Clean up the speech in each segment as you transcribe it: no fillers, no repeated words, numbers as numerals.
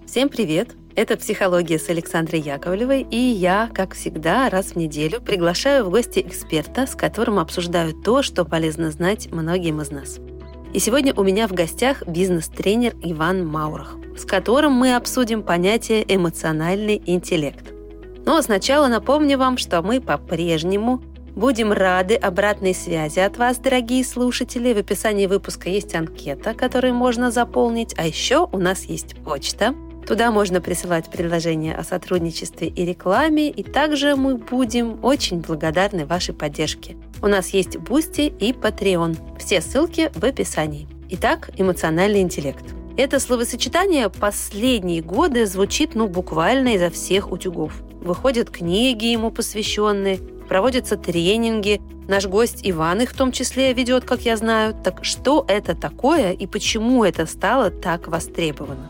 Всем привет! Это «Психология» с Александрой Яковлевой, и я, как всегда, раз в неделю приглашаю в гости эксперта, с которым обсуждаю то, что полезно знать многим из нас. И сегодня у меня в гостях бизнес-тренер Иван Маурах, с которым мы обсудим понятие «эмоциональный интеллект». Но сначала напомню вам, что мы по-прежнему будем рады обратной связи от вас, дорогие слушатели. В описании выпуска есть анкета, которую можно заполнить, а еще у нас есть почта. Туда можно присылать предложения о сотрудничестве и рекламе, и также мы будем очень благодарны вашей поддержке. У нас есть Boosty и Patreon. Все ссылки в описании. Итак, эмоциональный интеллект. Это словосочетание последние годы звучит буквально изо всех утюгов. Выходят книги ему посвященные, проводятся тренинги. Наш гость Иван их в том числе ведет, как я знаю. Так что это такое и почему это стало так востребовано?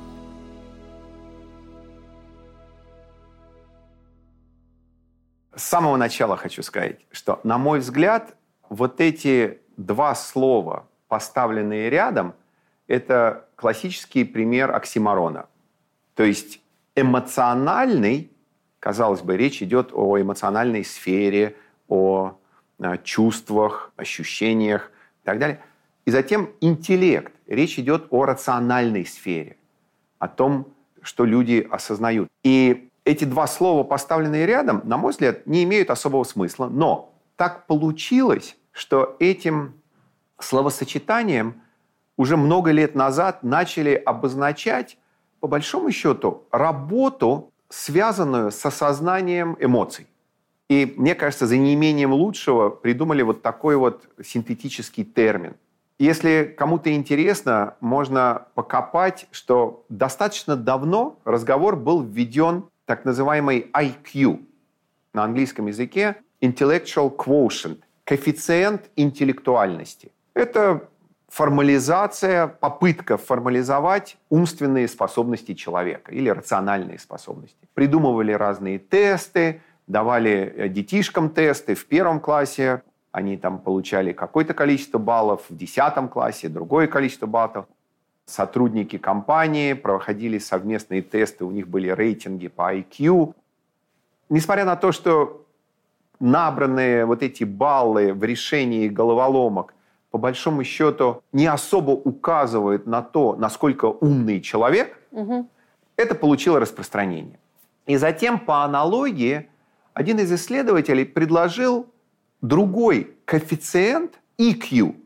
С самого начала хочу сказать, что, на мой взгляд, вот эти два слова, поставленные рядом, это классический пример оксиморона. То есть эмоциональный, казалось бы, речь идет о эмоциональной сфере, о чувствах, ощущениях и так далее. И затем интеллект. Речь идет о рациональной сфере, о том, что люди осознают. И эти два слова, поставленные рядом, на мой взгляд, не имеют особого смысла. Но так получилось, что этим словосочетанием уже много лет назад начали обозначать, по большому счету, работу, связанную с осознанием эмоций. И, мне кажется, за неимением лучшего придумали вот такой вот синтетический термин. Если кому-то интересно, можно покопать, что достаточно давно разговор был введен так называемый IQ, на английском языке Intellectual Quotient, коэффициент интеллектуальности. Это формализация, попытка формализовать умственные способности человека или рациональные способности. Придумывали разные тесты, давали детишкам тесты в 1 классе, они там получали какое-то количество баллов, в 10 классе другое количество баллов. Сотрудники компании проходили совместные тесты, у них были рейтинги по IQ. Несмотря на то, что набранные вот эти баллы в решении головоломок по большому счету не особо указывают на то, насколько умный человек, это получило распространение. И затем, по аналогии, один из исследователей предложил другой коэффициент EQ.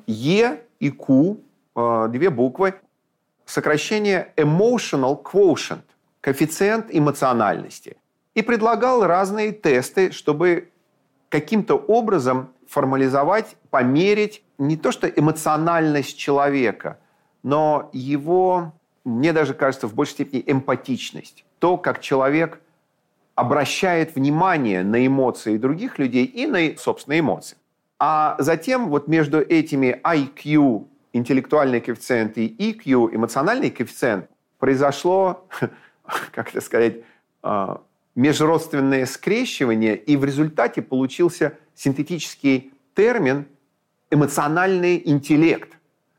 E и Q, 2 буквы, сокращение Emotional Quotient, коэффициент эмоциональности. И предлагал разные тесты, чтобы каким-то образом формализовать, померить не то что эмоциональность человека, но его, мне даже кажется, в большей степени эмпатичность. То, как человек обращает внимание на эмоции других людей и на собственные эмоции. А затем вот между этими IQ, интеллектуальный коэффициент, и EQ, эмоциональный коэффициент, произошло, как это сказать, межродственное скрещивание, и в результате получился синтетический термин «эмоциональный интеллект».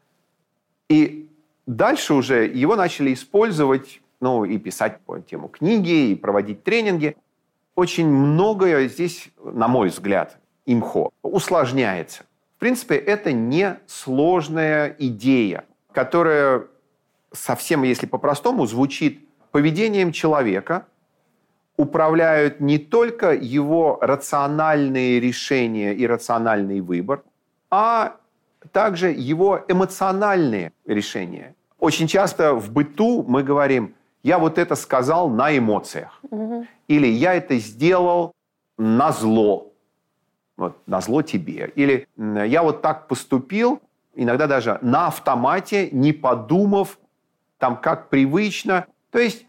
И дальше уже его начали использовать, и писать по тему книги, и проводить тренинги. Очень многое здесь, на мой взгляд, имхо усложняется. В принципе, это не сложная идея, которая совсем, если по-простому, звучит: поведением человека управляют не только его рациональные решения и рациональный выбор, а также его эмоциональные решения. Очень часто в быту мы говорим: я вот это сказал на эмоциях. Или я это сделал назло. Вот, назло тебе. Или я вот так поступил, иногда даже на автомате, не подумав, там как привычно. То есть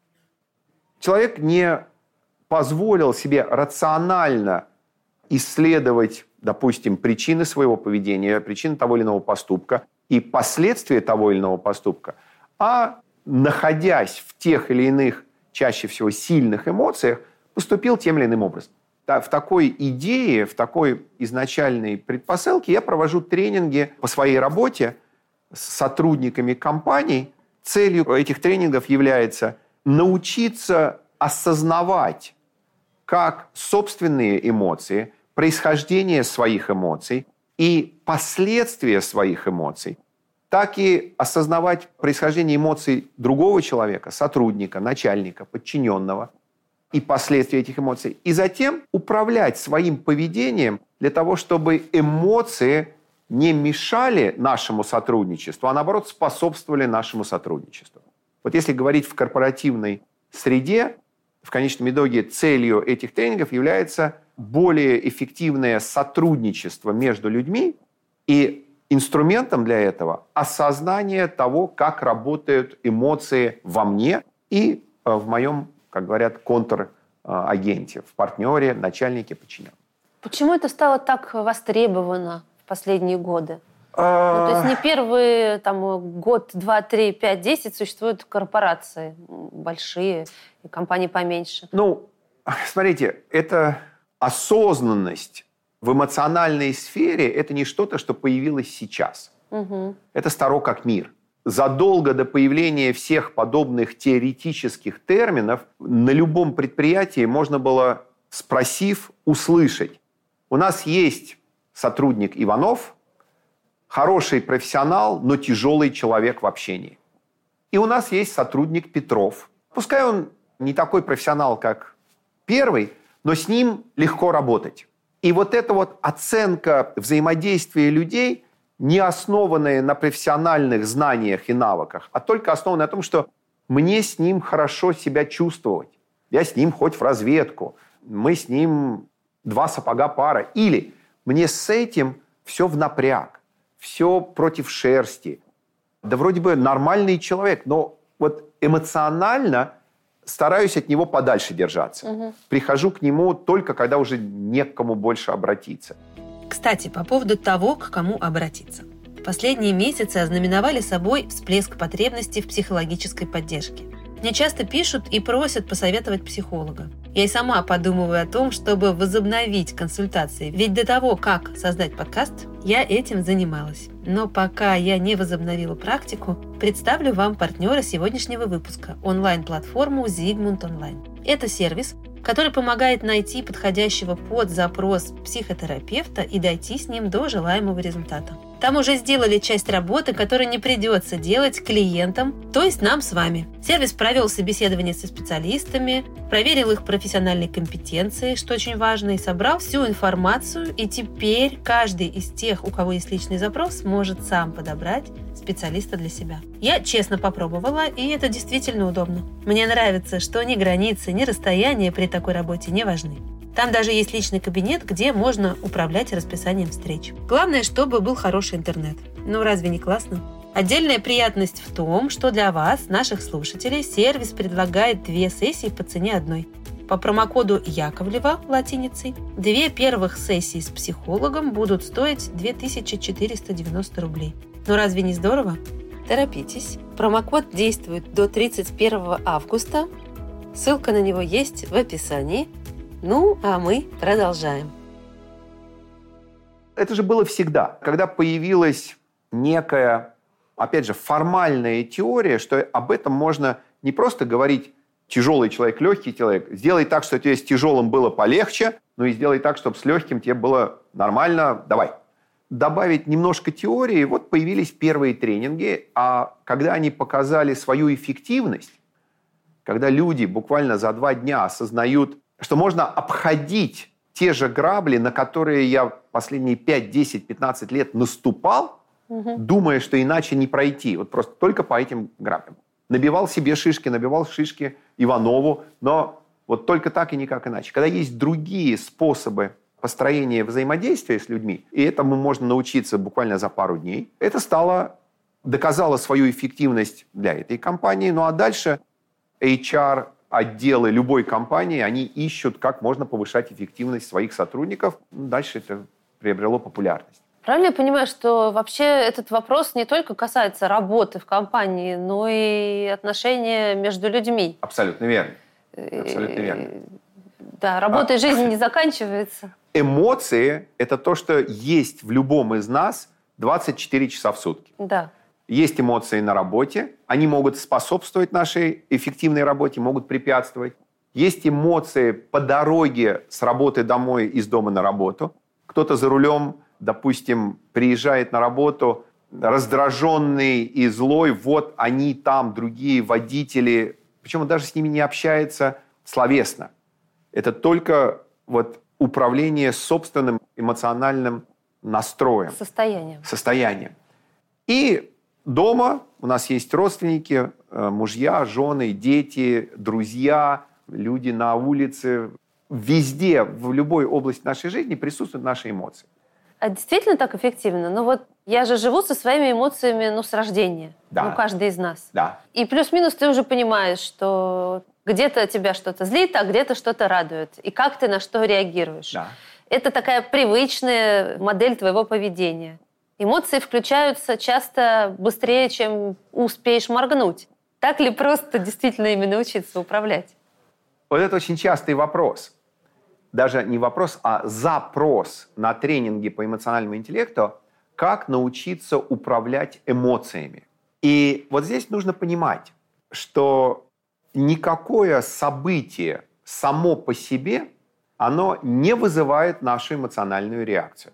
человек не позволил себе рационально исследовать, допустим, причины своего поведения, причины того или иного поступка и последствия того или иного поступка, а, находясь в тех или иных, чаще всего сильных эмоциях, поступил тем или иным образом. В такой идее, в такой изначальной предпосылке я провожу тренинги по своей работе с сотрудниками компаний, целью этих тренингов является научиться осознавать как собственные эмоции, происхождение своих эмоций и последствия своих эмоций, так и осознавать происхождение эмоций другого человека, сотрудника, начальника, подчиненного и последствия этих эмоций. И затем управлять своим поведением для того, чтобы эмоции не мешали нашему сотрудничеству, а наоборот способствовали нашему сотрудничеству. Вот если говорить в корпоративной среде, в конечном итоге целью этих тренингов является более эффективное сотрудничество между людьми и инструментом для этого осознание того, как работают эмоции во мне и в моем, как говорят, контрагенте, в партнере, начальнике, подчиненном. Почему это стало так востребовано в последние годы? То есть не первые год, 2, 3, 5, 10 существуют корпорации большие и компании поменьше. Смотрите, это осознанность в эмоциональной сфере – это не что-то, что появилось сейчас. Угу. Это старо как мир. Задолго до появления всех подобных теоретических терминов на любом предприятии можно было, спросив, услышать. У нас есть сотрудник Иванов, хороший профессионал, но тяжелый человек в общении. И у нас есть сотрудник Петров. Пускай он не такой профессионал, как первый, но с ним легко работать. И вот эта вот оценка взаимодействия людей, не основанная на профессиональных знаниях и навыках, а только основанная на том, что мне с ним хорошо себя чувствовать. Я с ним хоть в разведку, мы с ним 2 сапога пара. Или мне с этим все в напряг, все против шерсти. Да вроде бы нормальный человек, но вот эмоционально стараюсь от него подальше держаться. Угу. Прихожу к нему только когда уже не к кому больше обратиться. Кстати, по поводу того, к кому обратиться. Последние месяцы ознаменовали собой всплеск потребностей в психологической поддержке. Мне часто пишут и просят посоветовать психолога. Я и сама подумываю о том, чтобы возобновить консультации. Ведь до того, как создать подкаст, я этим занималась. Но пока я не возобновила практику, представлю вам партнера сегодняшнего выпуска – онлайн-платформу Zigmund Online. Это сервис, который помогает найти подходящего под запрос психотерапевта и дойти с ним до желаемого результата. Там уже сделали часть работы, которую не придется делать клиентам, то есть нам с вами. Сервис провел собеседование со специалистами, проверил их профессиональные компетенции, что очень важно, и собрал всю информацию. И теперь каждый из тех, у кого есть личный запрос, может сам подобрать специалиста для себя. Я честно попробовала, и это действительно удобно. Мне нравится, что ни границы, ни расстояние при такой работе не важны. Там даже есть личный кабинет, где можно управлять расписанием встреч. Главное, чтобы был хороший интернет. Ну, разве не классно? Отдельная приятность в том, что для вас, наших слушателей, сервис предлагает 2 сессии по цене одной. По промокоду Яковлева латиницей 2 первых сессии с психологом будут стоить 2490 рублей. Ну, разве не здорово? Торопитесь. Промокод действует до 31 августа. Ссылка на него есть в описании. Ну, а мы продолжаем. Это же было всегда. Когда появилась некая, опять же, формальная теория, что об этом можно не просто говорить тяжелый человек, легкий человек. Сделай так, чтобы тебе с тяжелым было полегче, но и сделай так, чтобы с легким тебе было нормально. Давай. Добавить немножко теории, вот появились первые тренинги, а когда они показали свою эффективность, когда люди буквально за 2 дня осознают, что можно обходить те же грабли, на которые я последние 5, 10, 15 лет наступал, думая, что иначе не пройти. Вот просто только по этим граблям. Набивал себе шишки, набивал шишки Иванову, но вот только так и никак иначе. Когда есть другие способы построения взаимодействия с людьми, и этому можно научиться буквально за пару дней, это доказало свою эффективность для этой компании. Ну а дальше HR отделы любой компании, они ищут, как можно повышать эффективность своих сотрудников. Дальше это приобрело популярность. Правильно я понимаю, что вообще этот вопрос не только касается работы в компании, но и отношения между людьми? Абсолютно верно. Абсолютно верно. Да, работа и жизнь не заканчивается. Эмоции – это то, что есть в любом из нас 24 часа в сутки. Да. Есть эмоции на работе, они могут способствовать нашей эффективной работе, могут препятствовать. Есть эмоции по дороге с работы домой, из дома на работу. Кто-то за рулем, допустим, приезжает на работу раздраженный и злой, вот они там, другие водители, причем он даже с ними не общается словесно. Это только вот управление собственным эмоциональным настроем. Состоянием. И дома у нас есть родственники, мужья, жены, дети, друзья, люди на улице. Везде, в любой области нашей жизни присутствуют наши эмоции. А действительно так эффективно? Ну вот я же живу со своими эмоциями, с рождения. Да. Каждый из нас. Да. И плюс-минус ты уже понимаешь, что где-то тебя что-то злит, а где-то что-то радует. И как ты на что реагируешь. Да. Это такая привычная модель твоего поведения. Эмоции включаются часто быстрее, чем успеешь моргнуть. Так ли просто действительно ими научиться управлять? Вот это очень частый вопрос. Даже не вопрос, а запрос на тренинги по эмоциональному интеллекту, как научиться управлять эмоциями. И вот здесь нужно понимать, что никакое событие само по себе, оно не вызывает нашу эмоциональную реакцию.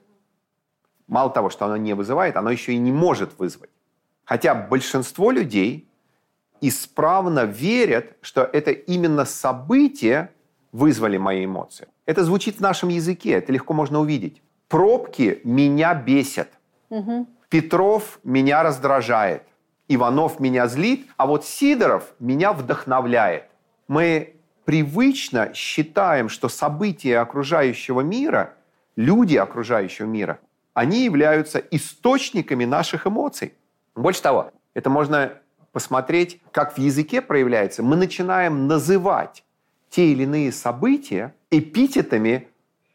Мало того, что оно не вызывает, оно еще и не может вызвать. Хотя большинство людей исправно верят, что это именно события вызвали мои эмоции. Это звучит в нашем языке, это легко можно увидеть. Пробки меня бесят. Угу. Петров меня раздражает. Иванов меня злит, а вот Сидоров меня вдохновляет. Мы привычно считаем, что события окружающего мира, люди окружающего мира, они являются источниками наших эмоций. Больше того, это можно посмотреть, как в языке проявляется. Мы начинаем называть те или иные события эпитетами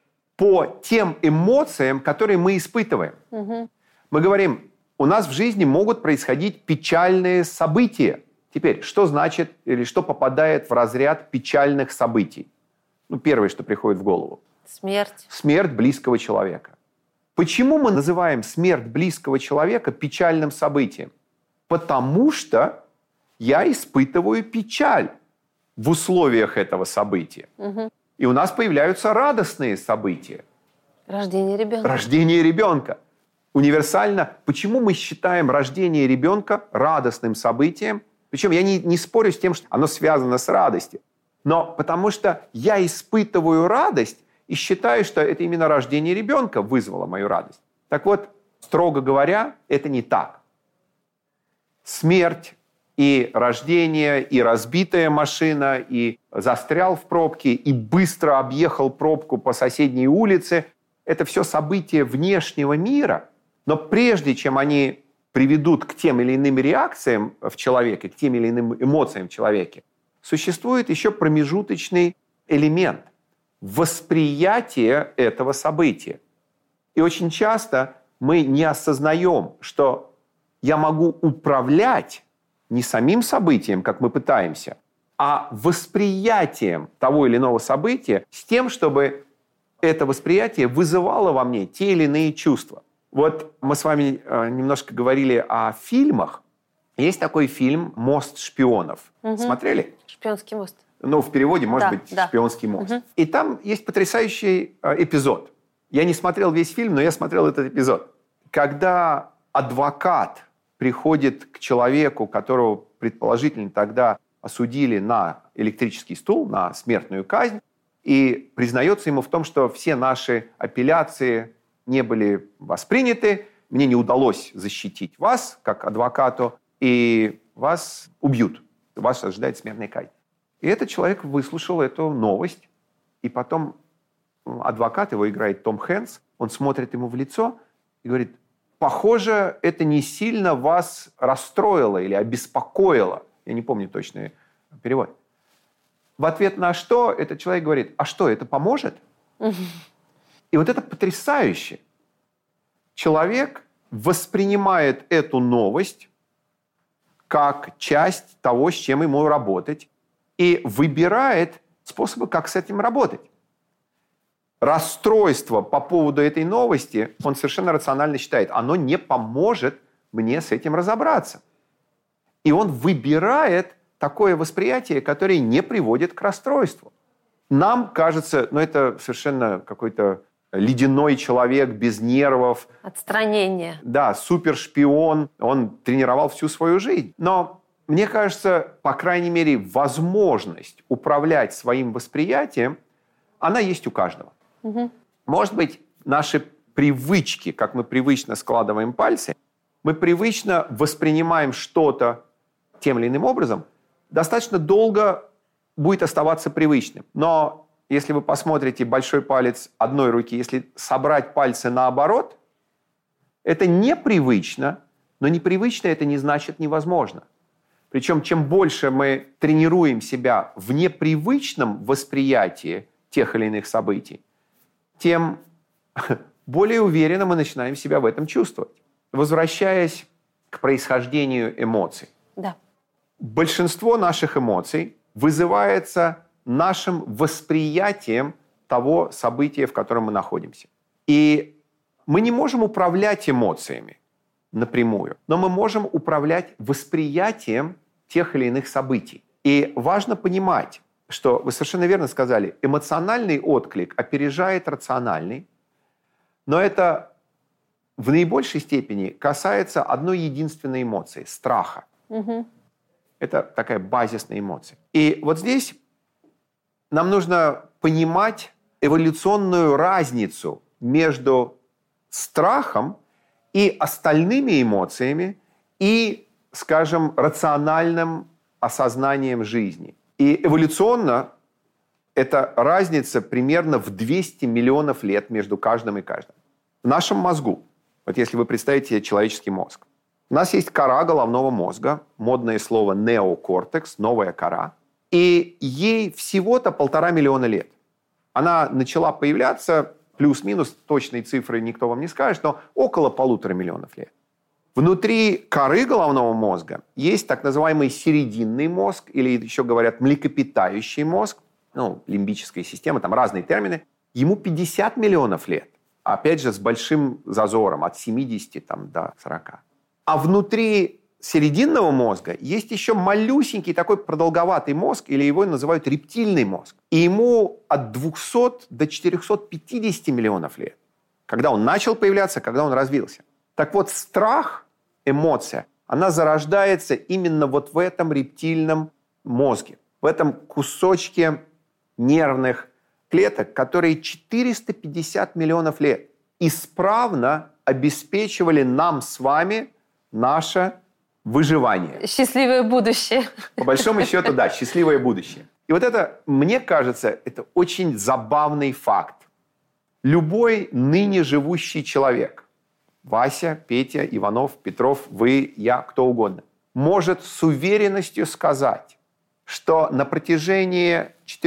по тем эмоциям, которые мы испытываем. Угу. Мы говорим, у нас в жизни могут происходить печальные события. Теперь, что значит или что попадает в разряд печальных событий? Первое, что приходит в голову. Смерть. Смерть близкого человека. Почему мы называем смерть близкого человека печальным событием? Потому что я испытываю печаль в условиях этого события. Угу. И у нас появляются радостные события. Рождение ребенка. Рождение ребенка. Универсально. Почему мы считаем рождение ребенка радостным событием? Причем я не спорю с тем, что оно связано с радостью. Но потому что я испытываю радость и считаю, что это именно рождение ребенка вызвало мою радость. Так вот, строго говоря, это не так. Смерть и рождение, и разбитая машина, и застрял в пробке, и быстро объехал пробку по соседней улице – это все события внешнего мира. Но прежде чем они приведут к тем или иным реакциям в человеке, к тем или иным эмоциям в человеке, существует еще промежуточный элемент – восприятие этого события. И очень часто мы не осознаем, что я могу управлять не самим событием, как мы пытаемся, а восприятием того или иного события с тем, чтобы это восприятие вызывало во мне те или иные чувства. Вот мы с вами немножко говорили о фильмах. Есть такой фильм «Мост шпионов». Угу. Смотрели? «Шпионский мост». В переводе, может быть, «Шпионский мост». Угу. И там есть потрясающий эпизод. Я не смотрел весь фильм, но я смотрел этот эпизод. Когда адвокат приходит к человеку, которого предположительно тогда осудили на электрический стул, на смертную казнь, и признается ему в том, что все наши апелляции не были восприняты, мне не удалось защитить вас, как адвокату, и вас убьют, вас ожидает смертная казнь. И этот человек выслушал эту новость, и потом адвокат, его играет Том Хэнкс, он смотрит ему в лицо и говорит: похоже, это не сильно вас расстроило или обеспокоило. Я не помню точный перевод. В ответ на что этот человек говорит: а что, это поможет? И вот это потрясающе. Человек воспринимает эту новость как часть того, с чем ему работать, и выбирает способы, как с этим работать. Расстройство по поводу этой новости, он совершенно рационально считает, оно не поможет мне с этим разобраться. И он выбирает такое восприятие, которое не приводит к расстройству. Нам кажется, это совершенно какой-то ледяной человек без нервов. Отстранение. Да, супершпион. Он тренировал всю свою жизнь. Но мне кажется, по крайней мере, возможность управлять своим восприятием, она есть у каждого. Угу. Может быть, наши привычки, как мы привычно складываем пальцы, мы привычно воспринимаем что-то тем или иным образом, достаточно долго будет оставаться привычным. Но если вы посмотрите большой палец одной руки, если собрать пальцы наоборот, это непривычно, но непривычно это не значит невозможно. Причем, чем больше мы тренируем себя в непривычном восприятии тех или иных событий, тем более уверенно мы начинаем себя в этом чувствовать. Возвращаясь к происхождению эмоций. Да. Большинство наших эмоций вызывается нашим восприятием того события, в котором мы находимся. И мы не можем управлять эмоциями напрямую, но мы можем управлять восприятием тех или иных событий. И важно понимать, что вы совершенно верно сказали, эмоциональный отклик опережает рациональный, но это в наибольшей степени касается одной единственной эмоции – страха. Угу. Это такая базисная эмоция. И вот здесь нам нужно понимать эволюционную разницу между страхом и остальными эмоциями и, скажем, рациональным осознанием жизни. И эволюционно эта разница примерно в 200 миллионов лет между каждым и каждым. В нашем мозгу, вот если вы представите человеческий мозг, у нас есть кора головного мозга, модное слово неокортекс, новая кора, и ей всего-то 1,5 миллиона лет. Она начала появляться, плюс-минус, точные цифры никто вам не скажет, но около 1,5 миллионов лет. Внутри коры головного мозга есть так называемый серединный мозг, или еще говорят млекопитающий мозг, лимбическая система, там разные термины. Ему 50 миллионов лет, опять же, с большим зазором, от 70 до 40. А внутри серединного мозга есть еще малюсенький такой продолговатый мозг, или его называют рептильный мозг. И ему от 200 до 450 миллионов лет. Когда он начал появляться, когда он развился. Так вот, страх, эмоция, она зарождается именно вот в этом рептильном мозге. В этом кусочке нервных клеток, которые 450 миллионов лет исправно обеспечивали нам с вами наше выживание. Счастливое будущее. По большому счету, да, счастливое будущее. И вот это, мне кажется, это очень забавный факт. Любой ныне живущий человек, Вася, Петя, Иванов, Петров, вы, я, кто угодно, может с уверенностью сказать, что на протяжении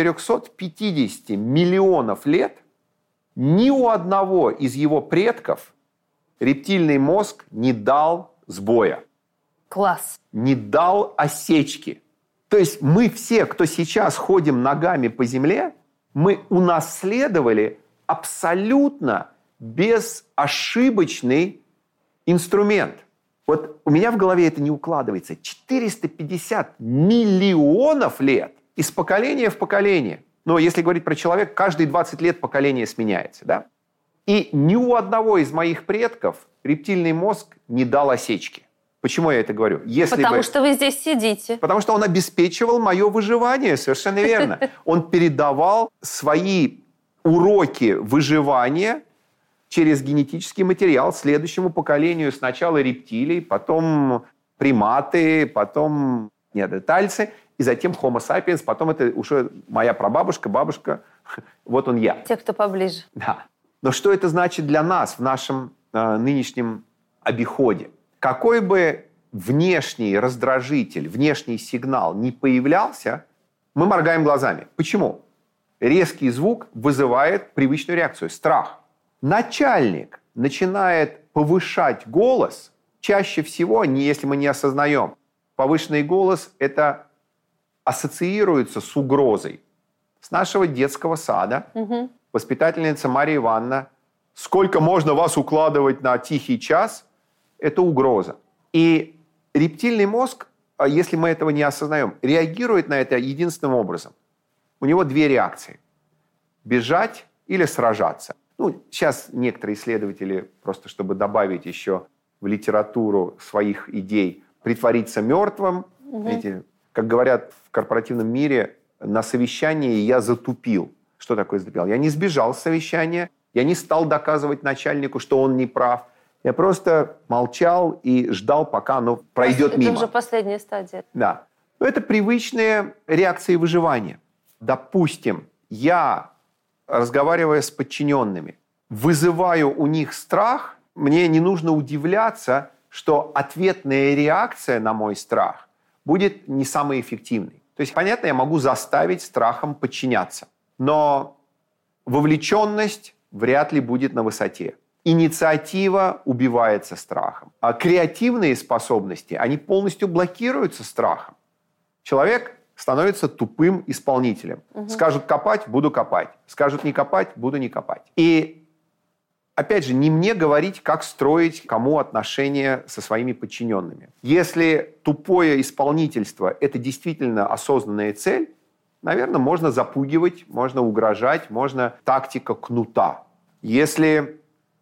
450 миллионов лет ни у одного из его предков рептильный мозг не дал сбоя. Класс. Не дал осечки. То есть мы все, кто сейчас ходим ногами по земле, мы унаследовали абсолютно безошибочный инструмент. Вот у меня в голове это не укладывается. 450 миллионов лет из поколения в поколение. Но если говорить про человека, каждые 20 лет поколение сменяется, да? И ни у одного из моих предков рептильный мозг не дал осечки. Почему я это говорю? Потому что вы здесь сидите. Потому что он обеспечивал мое выживание, совершенно верно. Он передавал свои уроки выживания через генетический материал следующему поколению. Сначала рептилий, потом приматы, потом неандертальцы, и затем Homo sapiens, потом это уже моя прабабушка, бабушка, вот он я. Те, кто поближе. Да. Но что это значит для нас в нашем нынешнем обиходе? Какой бы внешний раздражитель, внешний сигнал не появлялся, мы моргаем глазами. Почему? Резкий звук вызывает привычную реакцию – страх. Начальник начинает повышать голос, чаще всего, если мы не осознаем, повышенный голос – это ассоциируется с угрозой. С нашего детского сада воспитательница Мария Ивановна: «Сколько можно вас укладывать на тихий час?» – это угроза. И рептильный мозг, если мы этого не осознаем, реагирует на это единственным образом. У него две реакции. Бежать или сражаться. Сейчас некоторые исследователи, просто чтобы добавить еще в литературу своих идей, притвориться мертвым. Знаете, как говорят в корпоративном мире, на совещании я затупил. Что такое затупил? Я не сбежал с совещания, я не стал доказывать начальнику, что он не прав. Я просто молчал и ждал, пока оно пройдет мимо. Это уже последняя стадия. Да. Это привычные реакции выживания. Допустим, я, разговаривая с подчиненными, вызываю у них страх, мне не нужно удивляться, что ответная реакция на мой страх будет не самой эффективной. То есть, понятно, я могу заставить страхом подчиняться, но вовлеченность вряд ли будет на высоте. Инициатива убивается страхом. А креативные способности, они полностью блокируются страхом. Человек становится тупым исполнителем. Скажут копать – буду копать. Скажут не копать – буду не копать. И, опять же, не мне говорить, как строить кому отношения со своими подчиненными. Если тупое исполнительство – это действительно осознанная цель, наверное, можно запугивать, можно угрожать, можно тактика кнута. Если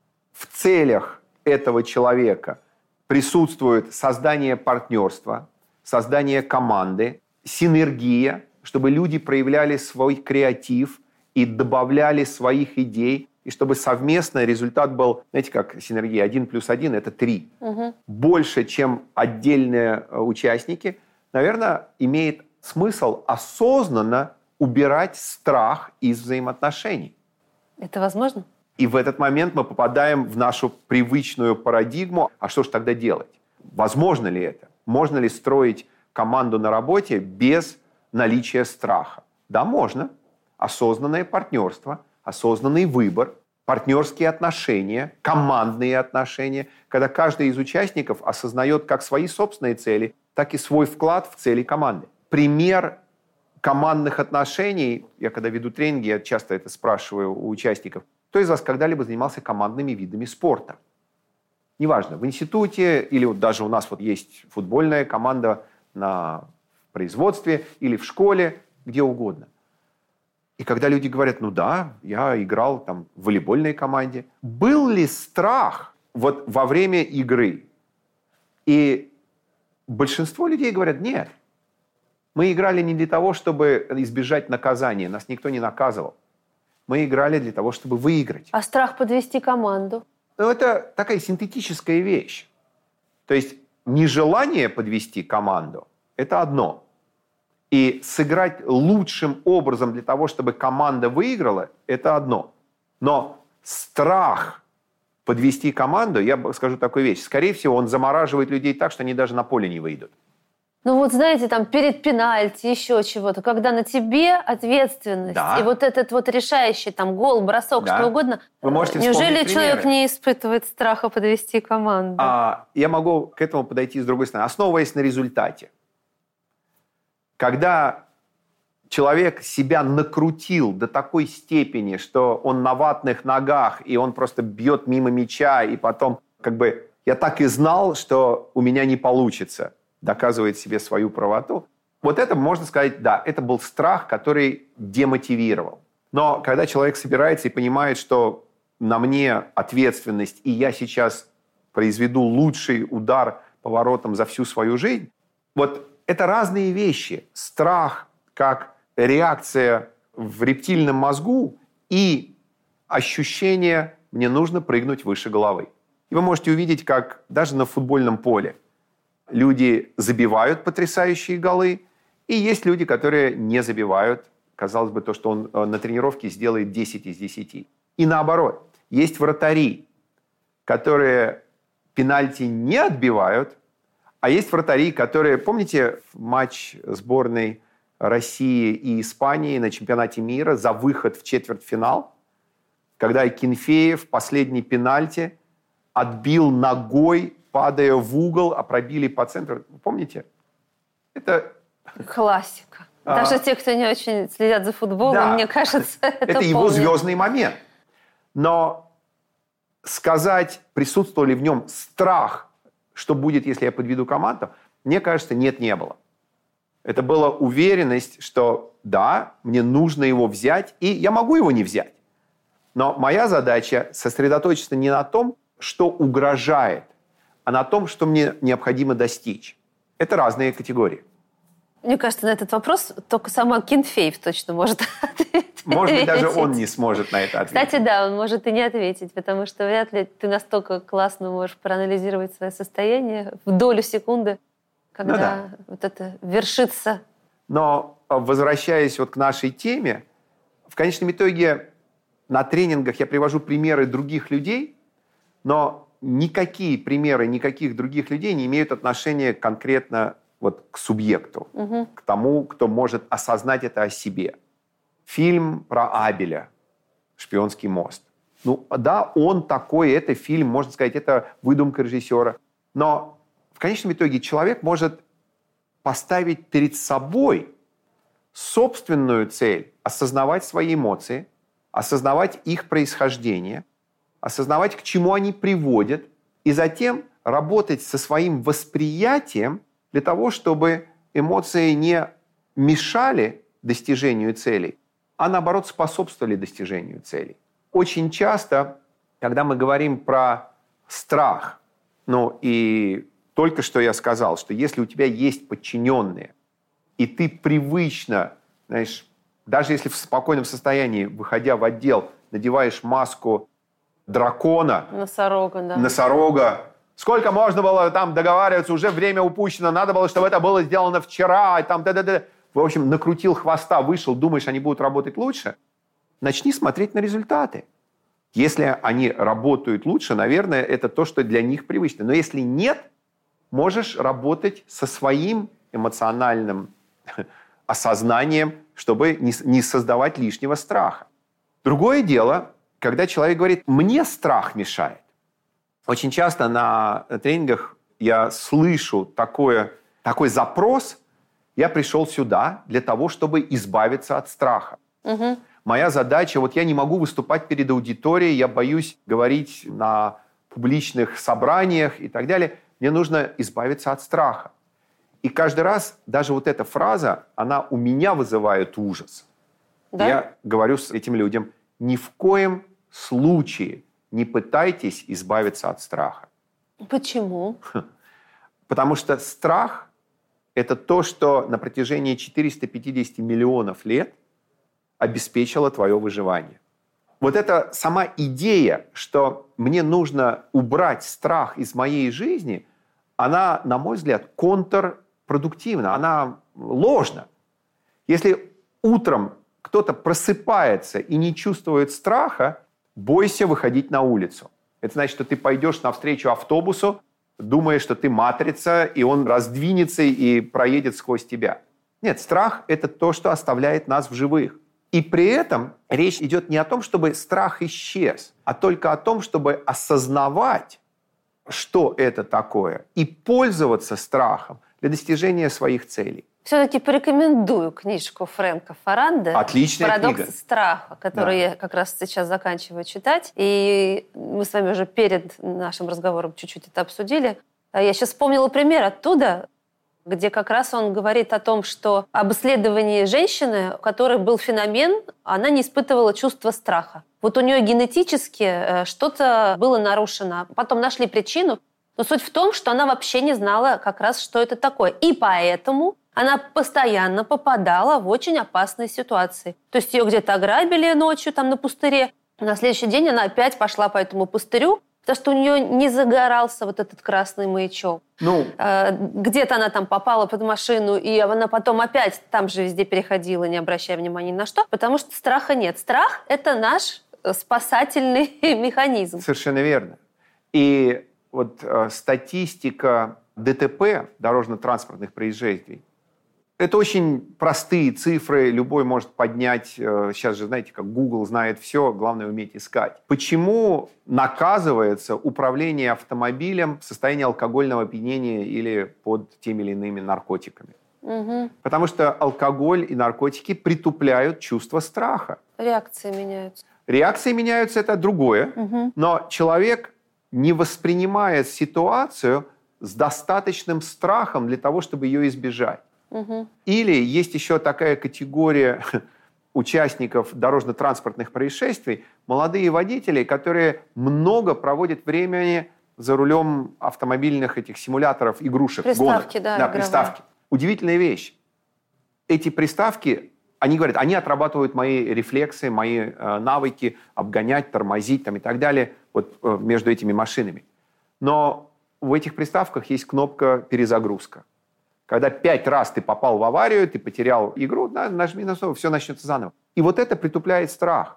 в целях этого человека присутствует создание партнерства, создание команды, синергия, чтобы люди проявляли свой креатив и добавляли своих идей, и чтобы совместно результат был, знаете, как синергия, 1+1 – это 3. Больше, чем отдельные участники, наверное, имеет смысл осознанно убирать страх из взаимоотношений. Это возможно? И в этот момент мы попадаем в нашу привычную парадигму. А что же тогда делать? Возможно ли это? Можно ли строить команду на работе без наличия страха? Да, можно. Осознанное партнерство, осознанный выбор, партнерские отношения, командные отношения, когда каждый из участников осознает как свои собственные цели, так и свой вклад в цели команды. Пример командных отношений, я когда веду тренинги, я часто это спрашиваю у участников, кто из вас когда-либо занимался командными видами спорта? Неважно, в институте или вот даже у нас вот есть футбольная команда на производстве или в школе, где угодно. И когда люди говорят, ну да, я играл там в волейбольной команде. Был ли страх вот во время игры? И большинство людей говорят, нет. Мы играли не для того, чтобы избежать наказания. Нас никто не наказывал. Мы играли для того, чтобы выиграть. А страх подвести команду? Ну, это такая синтетическая вещь. То есть нежелание подвести команду – это одно. И сыграть лучшим образом для того, чтобы команда выиграла – это одно. Но страх подвести команду, я скажу такую вещь, скорее всего, он замораживает людей так, что они даже на поле не выйдут. Ну вот знаете, там перед пенальти, еще чего-то, когда на тебе ответственность, да. И вот этот вот решающий там гол, бросок, да. Что угодно. Вы можете Неужели вспомнить человек примеры? не испытывает страха подвести команду? Я могу к этому подойти с другой стороны, основываясь на результате. Когда человек себя накрутил до такой степени, что он на ватных ногах, и он просто бьет мимо мяча, и потом я так и знал, что у меня не получится, доказывает себе свою правоту. Вот это, можно сказать, да, это был страх, который демотивировал. Но когда человек собирается и понимает, что на мне ответственность, и я сейчас произведу лучший удар по воротам за всю свою жизнь, вот это разные вещи. Страх как реакция в рептильном мозгу и ощущение «мне нужно прыгнуть выше головы». И вы можете увидеть, как даже на футбольном поле люди забивают потрясающие голы, и есть люди, которые не забивают. Казалось бы, то, что он на тренировке сделает 10 из 10. И наоборот, есть вратари, которые пенальти не отбивают, а есть вратари, которые... Помните матч сборной России и Испании на чемпионате мира за выход в четвертьфинал, когда Акинфеев последний пенальти отбил ногой, падая в угол, а пробили по центру. Помните? Это... Классика. Даже те, кто не очень следят за футболом, да. Мне кажется, это его звездный момент. Но сказать, присутствовал ли в нем страх что будет, если я подведу команду, мне кажется, нет, не было. Это была уверенность, что да, мне нужно его взять, и я могу его не взять. Но моя задача сосредоточиться не на том, что угрожает, а на том, что мне необходимо достичь. Это разные категории. Мне кажется, на этот вопрос только сама Кенфеев точно может ответить. Может быть, даже он не сможет на это ответить. Кстати, да, он может и не ответить, потому что вряд ли ты настолько классно можешь проанализировать свое состояние в долю секунды, когда вот это вершится. Но, возвращаясь вот к нашей теме, в конечном итоге на тренингах я привожу примеры других людей, но никакие примеры никаких других людей не имеют отношения конкретно вот к субъекту, к тому, кто может осознать это о себе. Фильм про Абеля «Шпионский мост». Ну да, он такой, это фильм, можно сказать, это выдумка режиссера. Но в конечном итоге человек может поставить перед собой собственную цель, осознавать свои эмоции, осознавать их происхождение, осознавать, к чему они приводят, и затем работать со своим восприятием для того, чтобы эмоции не мешали достижению целей, а наоборот способствовали достижению целей. Очень часто, когда мы говорим про страх, ну и только что я сказал, что если у тебя есть подчиненные, и ты привычно, знаешь, даже если в спокойном состоянии, выходя в отдел, надеваешь маску дракона, носорога, сколько можно было там договариваться, уже время упущено, надо было, чтобы это было сделано вчера, и там в общем, накрутил хвоста, вышел, думаешь, они будут работать лучше, начни смотреть на результаты. Если они работают лучше, наверное, это то, что для них привычно. Но если нет, можешь работать со своим эмоциональным осознанием, чтобы не создавать лишнего страха. Другое дело, когда человек говорит, мне страх мешает. Очень часто на тренингах я слышу такой запрос, я пришел сюда для того, чтобы избавиться от страха. Угу. Моя задача, вот я не могу выступать перед аудиторией, я боюсь говорить на публичных собраниях и так далее. Мне нужно избавиться от страха. И каждый раз даже вот эта фраза, она у меня вызывает ужас. Да? Я говорю с этим людям, ни в коем случае не пытайтесь избавиться от страха. Почему? Потому что страх – это то, что на протяжении 450 миллионов лет обеспечило твое выживание. Вот эта сама идея, что мне нужно убрать страх из моей жизни, она, на мой взгляд, контрпродуктивна, она ложна. Если утром кто-то просыпается и не чувствует страха, бойся выходить на улицу. Это значит, что ты пойдешь навстречу автобусу, думая, что ты матрица, и он раздвинется и проедет сквозь тебя. Нет, страх – это то, что оставляет нас в живых. И при этом речь идет не о том, чтобы страх исчез, а только о том, чтобы осознавать, что это такое, и пользоваться страхом для достижения своих целей. Все-таки порекомендую книжку Фрэнка Фаранде «Отличная «Парадокс книга. страха», которую я как раз сейчас заканчиваю читать. И мы с вами уже перед нашим разговором чуть-чуть это обсудили. Я сейчас вспомнила пример оттуда, где как раз он говорит о том, что об исследовании женщины, у которой был феномен, она не испытывала чувства страха. Вот у нее генетически что-то было нарушено. Потом нашли причину. Но суть в том, что она вообще не знала как раз, что это такое. И поэтому она постоянно попадала в очень опасные ситуации. То есть ее где-то ограбили ночью там на пустыре. На следующий день она опять пошла по этому пустырю, потому что у нее не загорался вот этот красный маячок. Где-то она там попала под машину, и она потом опять там же везде переходила, не обращая внимания ни на что, потому что страха нет. Страх – это наш спасательный механизм. Совершенно верно. И вот статистика ДТП, дорожно-транспортных происшествий, это очень простые цифры, любой может поднять. Сейчас же, знаете, как Google знает все, главное уметь искать. Почему наказывается управление автомобилем в состоянии алкогольного опьянения или под теми или иными наркотиками? Угу. Потому что алкоголь и наркотики притупляют чувство страха. Реакции меняются. Реакции меняются, это другое. Угу. Но человек не воспринимает ситуацию с достаточным страхом для того, чтобы ее избежать. Угу. Или есть еще такая категория участников дорожно-транспортных происшествий, молодые водители, которые много проводят времени за рулем автомобильных этих симуляторов, игрушек, приставки, гонок. Да, Да, приставки. Удивительная вещь. Эти приставки, они говорят, они отрабатывают мои рефлексы, мои навыки обгонять, тормозить там, и так далее вот, между этими машинами. Но в этих приставках есть кнопка «Перезагрузка». Когда 5 раз ты попал в аварию, ты потерял игру, нажми на снова, все начнется заново. И вот это притупляет страх.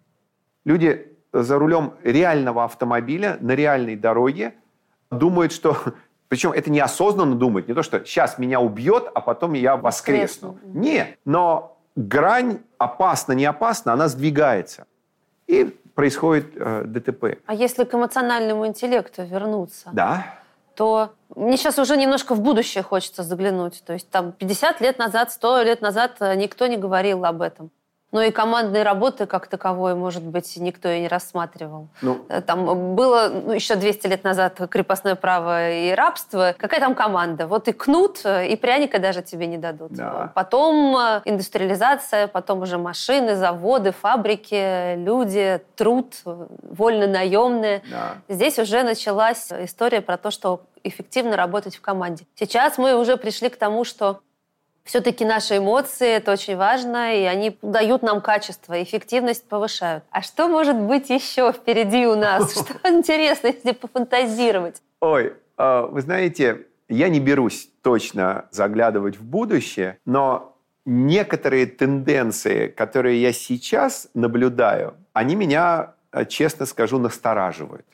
Люди за рулем реального автомобиля на реальной дороге думают, что... Причем это неосознанно думают. Не то, что сейчас меня убьет, а потом я воскресну. Нет. Но грань опасно-не опасно, она сдвигается. И происходит ДТП. А если к эмоциональному интеллекту вернуться? Да. То мне сейчас уже немножко в будущее хочется заглянуть. То есть там 50 лет назад, 100 лет назад никто не говорил об этом. Но и командной работы как таковой, может быть, никто и не рассматривал. Там было еще 200 лет назад крепостное право и рабство. Какая там команда? Вот и кнут, и пряника даже тебе не дадут. Да. Потом индустриализация, потом уже машины, заводы, фабрики, люди, труд, вольно-наемные. Да. Здесь уже началась история про то, что эффективно работать в команде. Сейчас мы уже пришли к тому, что все-таки наши эмоции – это очень важно, и они дают нам качество, эффективность повышают. А что может быть еще впереди у нас? Что интересно, если пофантазировать? Ой, вы знаете, я не берусь точно заглядывать в будущее, но некоторые тенденции, которые я сейчас наблюдаю, они меня, честно скажу, настораживают.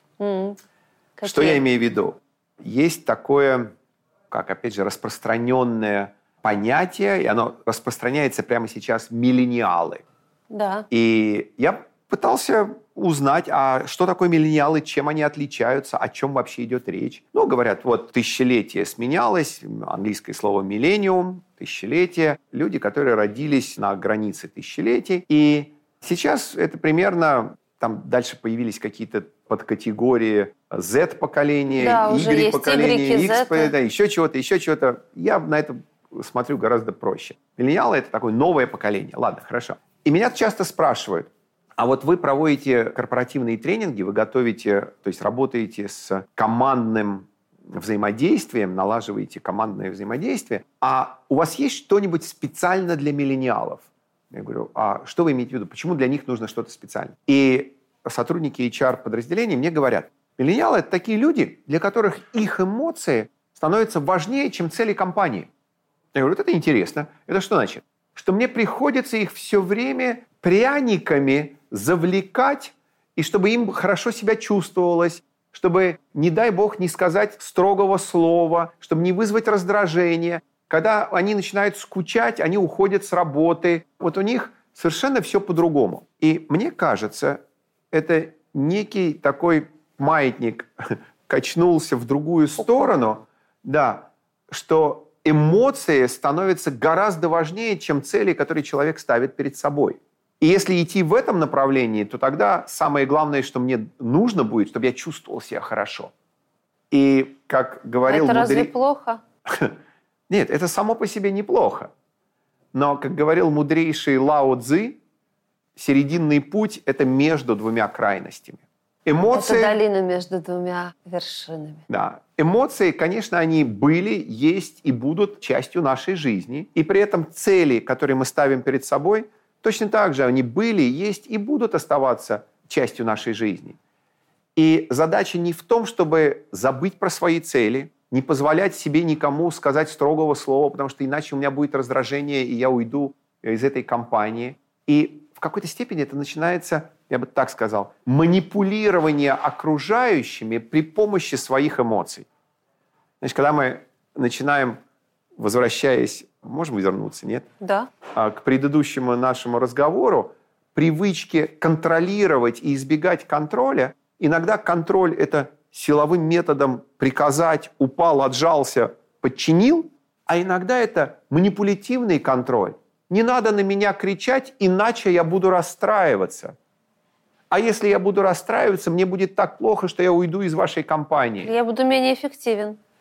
Что я имею в виду? Есть такое, как, опять же, распространенное понятие, и оно распространяется прямо сейчас, миллениалы. Да. И я пытался узнать, а что такое миллениалы, чем они отличаются, о чем вообще идет речь. Ну, говорят, вот тысячелетие сменялось, английское слово «millennium», тысячелетие, люди, которые родились на границе тысячелетий. И сейчас это примерно, там дальше появились какие-то подкатегории Z-поколения, да, Y-поколения, X, да, еще чего-то. Я на это смотрю гораздо проще. Миллениалы – это такое новое поколение. Ладно, хорошо. И меня часто спрашивают, а вот вы проводите корпоративные тренинги, вы готовите, то есть работаете с командным взаимодействием, налаживаете командное взаимодействие, а у вас есть что-нибудь специально для миллениалов? Я говорю, а что вы имеете в виду? Почему для них нужно что-то специальное? И сотрудники HR-подразделений мне говорят, миллениалы – это такие люди, для которых их эмоции становятся важнее, чем цели компании. Я говорю, вот это интересно. Это что значит? Что мне приходится их все время пряниками завлекать, и чтобы им хорошо себя чувствовалось, чтобы, не дай бог, не сказать строгого слова, чтобы не вызвать раздражение. Когда они начинают скучать, они уходят с работы. Вот у них совершенно все по-другому. И мне кажется, это некий такой маятник качнулся в другую сторону, да, что эмоции становятся гораздо важнее, чем цели, которые человек ставит перед собой. И если идти в этом направлении, то тогда самое главное, что мне нужно будет, чтобы я чувствовал себя хорошо. И как говорил это разве плохо? Нет, это само по себе неплохо. Но, как говорил мудрейший Лао Цзи, серединный путь – это между двумя крайностями. Эмоции... Это долина между двумя вершинами. Да. Эмоции, конечно, они были, есть и будут частью нашей жизни. И при этом цели, которые мы ставим перед собой, точно так же они были, есть и будут оставаться частью нашей жизни. И задача не в том, чтобы забыть про свои цели, не позволять себе никому сказать строгого слова, потому что иначе у меня будет раздражение, и я уйду из этой компании. И в какой-то степени это начинается, я бы так сказал, манипулирование окружающими при помощи своих эмоций. Значит, когда мы начинаем, возвращаясь, можем вернуться, нет? Да. К предыдущему нашему разговору, привычке контролировать и избегать контроля, иногда контроль – это силовым методом приказать, упал, отжался, подчинил, а иногда это манипулятивный контроль. Не надо на меня кричать, иначе я буду расстраиваться. А если я буду расстраиваться, мне будет так плохо, что я уйду из вашей компании. Я буду менее эффективен.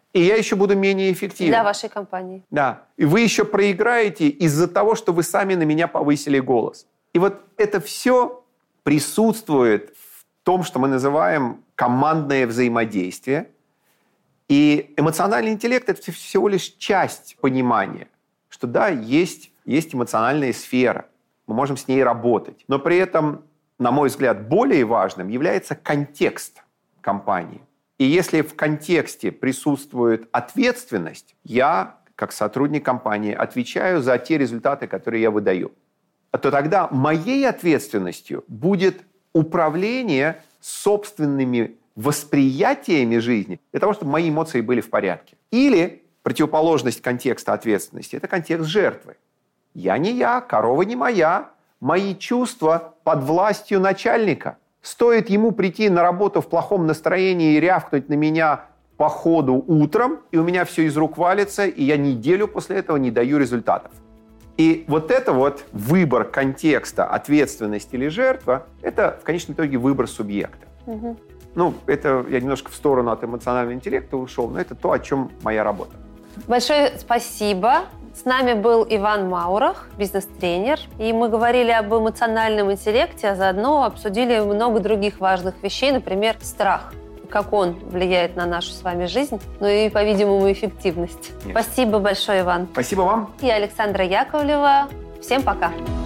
И я еще буду менее эффективен. Для вашей компании. Да. И вы еще проиграете из-за того, что вы сами на меня повысили голос. И вот это все присутствует в том, что мы называем командное взаимодействие. И эмоциональный интеллект – это всего лишь часть понимания, что да, есть эмоциональная сфера, мы можем с ней работать. Но при этом, на мой взгляд, более важным является контекст компании. И если в контексте присутствует ответственность, я, как сотрудник компании, отвечаю за те результаты, которые я выдаю, то тогда моей ответственностью будет управление собственными восприятиями жизни для того, чтобы мои эмоции были в порядке. Или противоположность контекста ответственности – это контекст жертвы. Я не я, корова не моя, мои чувства под властью начальника. Стоит ему прийти на работу в плохом настроении и рявкнуть на меня по ходу утром, и у меня все из рук валится, и я неделю после этого не даю результатов. И вот это вот выбор контекста, ответственность или жертва, это в конечном итоге выбор субъекта. Угу. Ну, это я немножко в сторону от эмоционального интеллекта ушел, но это то, о чем моя работа. Большое спасибо. С нами был Иван Маурах, бизнес-тренер, и мы говорили об эмоциональном интеллекте, а заодно обсудили много других важных вещей, например, страх, как он влияет на нашу с вами жизнь, ну и, по-видимому, эффективность. Нет. Спасибо большое, Иван. Спасибо вам. Я Александра Яковлева. Всем пока.